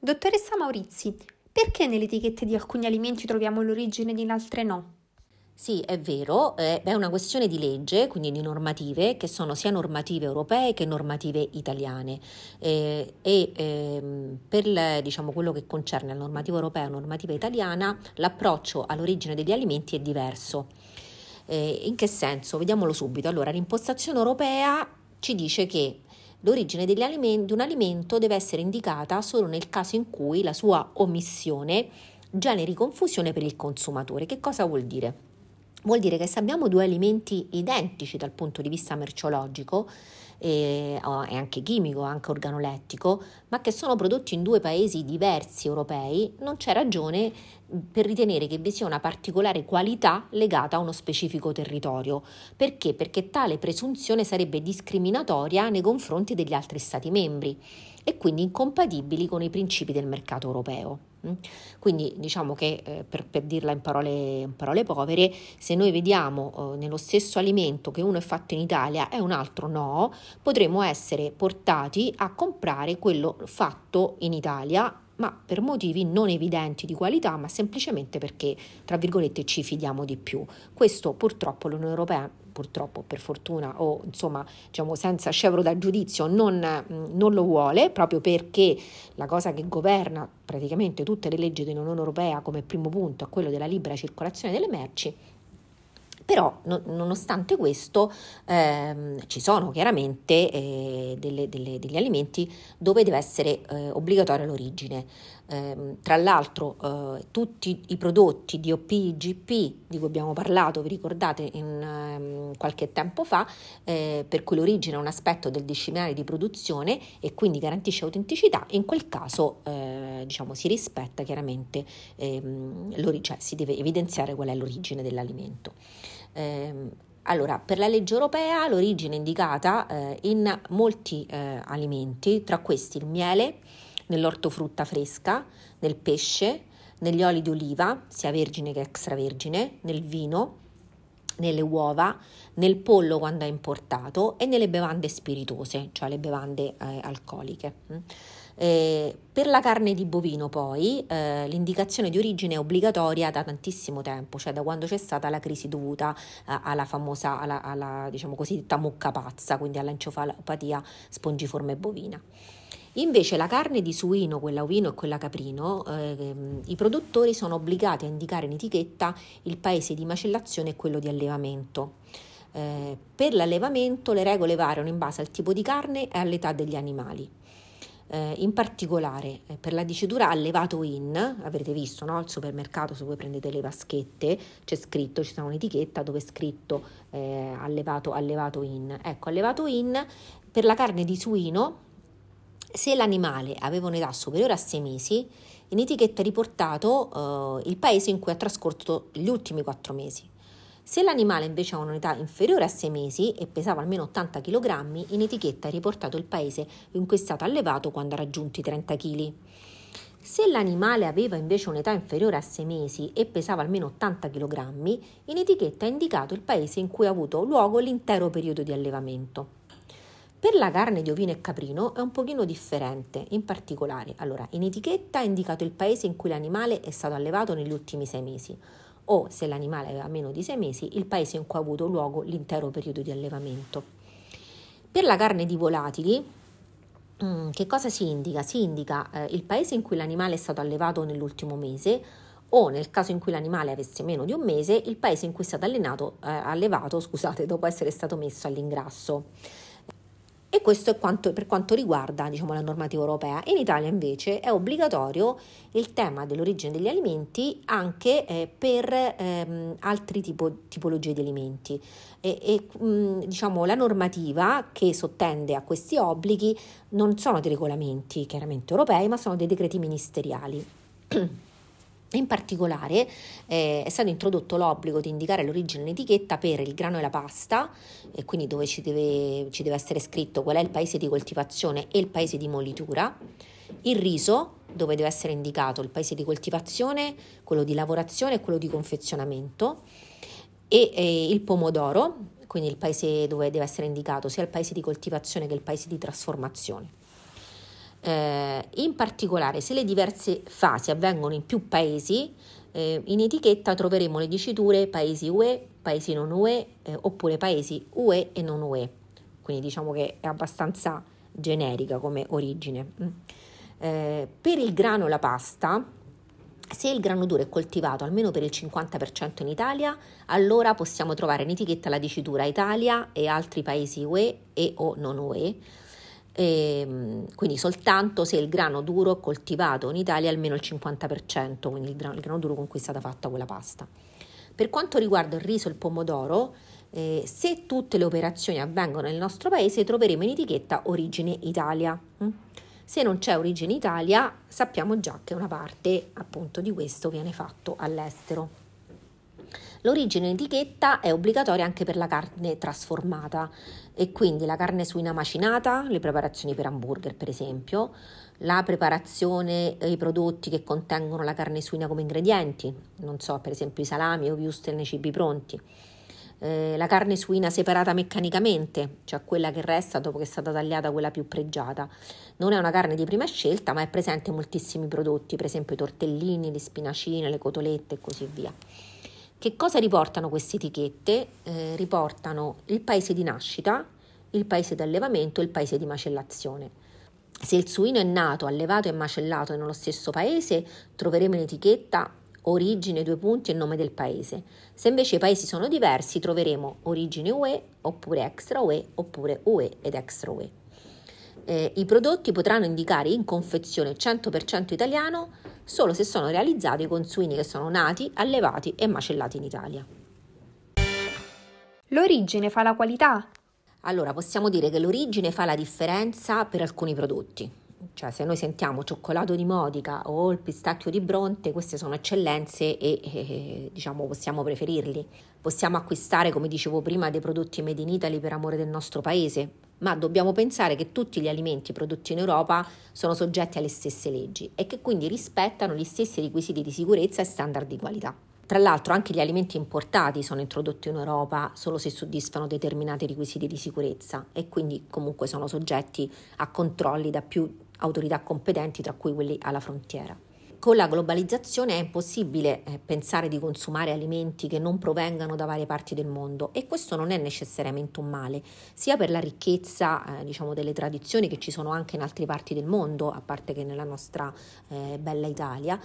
Dottoressa Maurizi, perché nelle etichette di alcuni alimenti troviamo l'origine ed in altre no? Sì, è vero, è una questione di legge, quindi di normative, che sono sia normative europee che normative italiane. Diciamo, quello che concerne la normativa europea e la normativa italiana, l'approccio all'origine degli alimenti è diverso. In che senso? Vediamolo subito. Allora, l'impostazione europea ci dice che l'origine di un alimento deve essere indicata solo nel caso in cui la sua omissione generi confusione per il consumatore. Che cosa vuol dire? Vuol dire che se abbiamo due alimenti identici dal punto di vista merceologico e anche chimico, anche organolettico, ma che sono prodotti in due paesi diversi europei, non c'è ragione per ritenere che vi sia una particolare qualità legata a uno specifico territorio. Perché? Perché tale presunzione sarebbe discriminatoria nei confronti degli altri Stati membri e quindi incompatibili con i principi del mercato europeo. Quindi diciamo che per dirla in parole povere, se noi vediamo nello stesso alimento che uno è fatto in Italia e un altro no, potremo essere portati a comprare quello fatto in Italia, ma per motivi non evidenti di qualità, ma semplicemente perché, tra virgolette, ci fidiamo di più. Questo purtroppo l'Unione Europea, purtroppo per fortuna o insomma diciamo senza scevro dal giudizio, non lo vuole, proprio perché la cosa che governa praticamente tutte le leggi dell'Unione Europea come primo punto è quello della libera circolazione delle merci. Però nonostante questo ci sono chiaramente degli alimenti dove deve essere obbligatoria l'origine. Tra l'altro tutti i prodotti DOP, IGP di cui abbiamo parlato, vi ricordate qualche tempo fa, per cui l'origine è un aspetto del disciplinare di produzione e quindi garantisce autenticità, in quel caso diciamo si rispetta chiaramente, cioè si deve evidenziare qual è l'origine dell'alimento. Allora, per la legge europea l'origine è indicata in molti alimenti, tra questi il miele, nell'ortofrutta fresca, nel pesce, negli oli di oliva, sia vergine che extravergine, nel vino, nelle uova, nel pollo quando è importato e nelle bevande spiritose, cioè le bevande alcoliche. Per la carne di bovino poi l'indicazione di origine è obbligatoria da tantissimo tempo, cioè da quando c'è stata la crisi dovuta alla famosa, alla diciamo cosiddetta mucca pazza, quindi all'encefalopatia spongiforme bovina. Invece la carne di suino, quella ovino e quella caprino, i produttori sono obbligati a indicare in etichetta il paese di macellazione e quello di allevamento. Per l'allevamento le regole variano in base al tipo di carne e all'età degli animali. In particolare per la dicitura allevato in, avrete visto, no? Al supermercato, se voi prendete le vaschette c'è scritto, ci sta un'etichetta dove è scritto allevato in. Ecco, allevato in per la carne di suino, se l'animale aveva un'età superiore a 6 mesi, in etichetta è riportato il paese in cui ha trascorso gli ultimi 4 mesi. Se l'animale invece ha un'età inferiore a 6 mesi e pesava almeno 80 kg, in etichetta è riportato il paese in cui è stato allevato quando ha raggiunto i 30 kg. Se l'animale aveva invece un'età inferiore a 6 mesi e pesava almeno 80 kg, in etichetta è indicato il paese in cui ha avuto luogo l'intero periodo di allevamento. Per la carne di ovino e caprino è un pochino differente, in particolare, allora, in etichetta è indicato il paese in cui l'animale è stato allevato negli ultimi 6 mesi, o se l'animale aveva meno di 6 mesi, il paese in cui ha avuto luogo l'intero periodo di allevamento. Per la carne di volatili, che cosa si indica? Si indica il paese in cui l'animale è stato allevato nell'ultimo mese, o nel caso in cui l'animale avesse meno di un mese, il paese in cui è stato allevato dopo essere stato messo all'ingrasso. E questo è per quanto riguarda, diciamo, la normativa europea. In Italia invece è obbligatorio il tema dell'origine degli alimenti anche per altri tipologie di alimenti. Diciamo, la normativa che sottende a questi obblighi non sono dei regolamenti chiaramente europei, ma sono dei decreti ministeriali. In particolare è stato introdotto l'obbligo di indicare l'origine in etichetta per il grano e la pasta, e quindi dove ci deve essere scritto qual è il paese di coltivazione e il paese di molitura, il riso, dove deve essere indicato il paese di coltivazione, quello di lavorazione e quello di confezionamento, e il pomodoro, quindi il paese dove deve essere indicato sia il paese di coltivazione che il paese di trasformazione. In particolare, se le diverse fasi avvengono in più paesi, in etichetta troveremo le diciture paesi UE, paesi non UE, oppure paesi UE e non UE. Quindi diciamo che è abbastanza generica come origine. Per il grano e la pasta, se il grano duro è coltivato almeno per il 50% in Italia, allora possiamo trovare in etichetta la dicitura Italia e altri paesi UE e o non UE. Quindi soltanto se il grano duro è coltivato in Italia almeno il 50%, quindi il grano duro con cui è stata fatta quella pasta. Per quanto riguarda il riso e il pomodoro, se tutte le operazioni avvengono nel nostro paese, troveremo in etichetta origine Italia. Se non c'è origine Italia, sappiamo già che una parte appunto di questo viene fatto all'estero. L'origine in etichetta è obbligatoria anche per la carne trasformata e quindi la carne suina macinata, le preparazioni per hamburger per esempio, la preparazione e i prodotti che contengono la carne suina come ingredienti, non so, per esempio i salami o wurstel nei cibi pronti, la carne suina separata meccanicamente, cioè quella che resta dopo che è stata tagliata, quella più pregiata. Non è una carne di prima scelta, ma è presente in moltissimi prodotti, per esempio i tortellini, le spinacine, le cotolette e così via. Che cosa riportano queste etichette? Riportano il paese di nascita, il paese di allevamento e il paese di macellazione. Se il suino è nato, allevato e macellato nello stesso paese, troveremo in etichetta origine, due punti e nome del paese. Se invece i paesi sono diversi, troveremo origine UE, oppure extra UE, oppure UE ed extra UE. I prodotti potranno indicare in confezione 100% italiano solo se sono realizzati con suini che sono nati, allevati e macellati in Italia. L'origine fa la qualità? Allora, possiamo dire che l'origine fa la differenza per alcuni prodotti. Cioè, se noi sentiamo cioccolato di Modica o il pistacchio di Bronte, queste sono eccellenze e diciamo possiamo preferirli. Possiamo acquistare, come dicevo prima, dei prodotti made in Italy per amore del nostro paese, ma dobbiamo pensare che tutti gli alimenti prodotti in Europa sono soggetti alle stesse leggi e che quindi rispettano gli stessi requisiti di sicurezza e standard di qualità. Tra l'altro anche gli alimenti importati sono introdotti in Europa solo se soddisfano determinati requisiti di sicurezza e quindi comunque sono soggetti a controlli da più autorità competenti, tra cui quelli alla frontiera. Con la globalizzazione è impossibile pensare di consumare alimenti che non provengano da varie parti del mondo e questo non è necessariamente un male, sia per la ricchezza diciamo delle tradizioni che ci sono anche in altre parti del mondo, a parte che nella nostra bella Italia,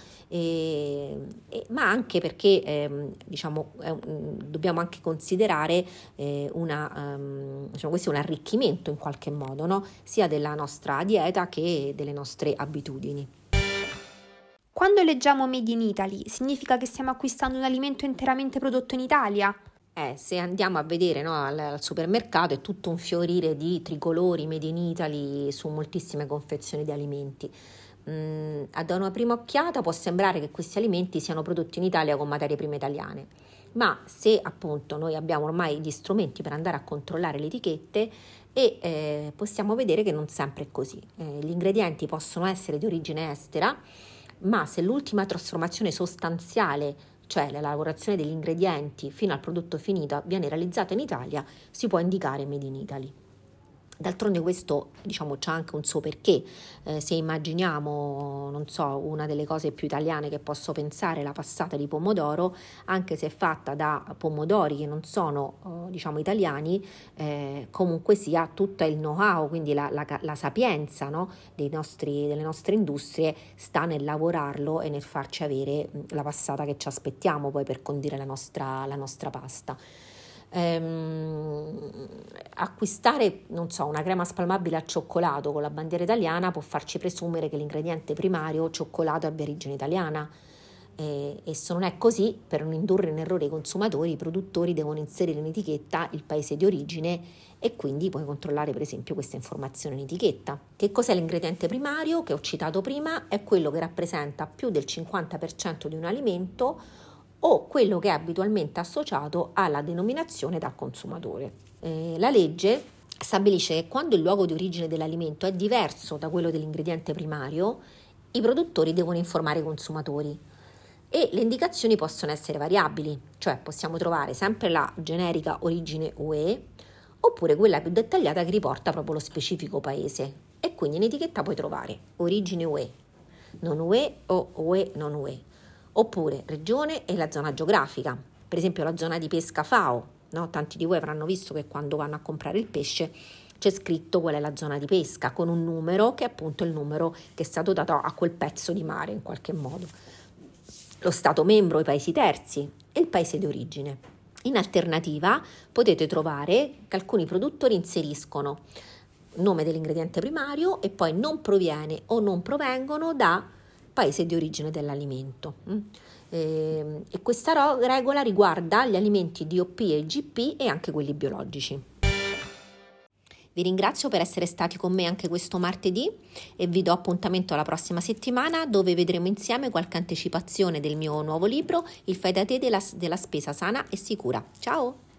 ma anche perché diciamo dobbiamo anche considerare diciamo, questo è un arricchimento in qualche modo, no? Sia della nostra dieta che delle nostre abitudini. Quando leggiamo Made in Italy, significa che stiamo acquistando un alimento interamente prodotto in Italia? Se andiamo a vedere, no, al supermercato è tutto un fiorire di tricolori Made in Italy su moltissime confezioni di alimenti. Ad una prima occhiata può sembrare che questi alimenti siano prodotti in Italia con materie prime italiane, ma se appunto noi abbiamo ormai gli strumenti per andare a controllare le etichette possiamo vedere che non sempre è così. Gli ingredienti possono essere di origine estera, ma se l'ultima trasformazione sostanziale, cioè la lavorazione degli ingredienti fino al prodotto finito, viene realizzata in Italia, si può indicare Made in Italy. D'altronde questo, diciamo, c'ha anche un suo perché. Se immaginiamo, non so, una delle cose più italiane che posso pensare, la passata di pomodoro, anche se è fatta da pomodori che non sono, diciamo, italiani, comunque sia tutto il know-how, quindi la sapienza, no, delle nostre industrie sta nel lavorarlo e nel farci avere la passata che ci aspettiamo poi per condire la nostra pasta. Acquistare, non so, una crema spalmabile al cioccolato con la bandiera italiana può farci presumere che l'ingrediente primario cioccolato abbia origine italiana e se non è così, per non indurre in errore i consumatori, i produttori devono inserire in etichetta il paese di origine e quindi puoi controllare per esempio questa informazione in etichetta. Che cos'è l'ingrediente primario che ho citato prima? È quello che rappresenta più del 50% di un alimento o quello che è abitualmente associato alla denominazione dal consumatore. La legge stabilisce che quando il luogo di origine dell'alimento è diverso da quello dell'ingrediente primario, i produttori devono informare i consumatori e le indicazioni possono essere variabili, cioè possiamo trovare sempre la generica origine UE oppure quella più dettagliata che riporta proprio lo specifico paese. e quindi in etichetta puoi trovare origine UE, non UE o UE non UE, oppure regione e la zona geografica, per esempio la zona di pesca FAO, no? Tanti di voi avranno visto che quando vanno a comprare il pesce c'è scritto qual è la zona di pesca con un numero che è appunto il numero che è stato dato a quel pezzo di mare in qualche modo, lo Stato membro, i paesi terzi e il paese di origine. In alternativa potete trovare che alcuni produttori inseriscono nome dell'ingrediente primario e poi non proviene o non provengono da paese di origine dell'alimento. E questa regola riguarda gli alimenti DOP e GP e anche quelli biologici. Vi ringrazio per essere stati con me anche questo martedì e vi do appuntamento alla prossima settimana, dove vedremo insieme qualche anticipazione del mio nuovo libro, Il fai da te della spesa sana e sicura. Ciao!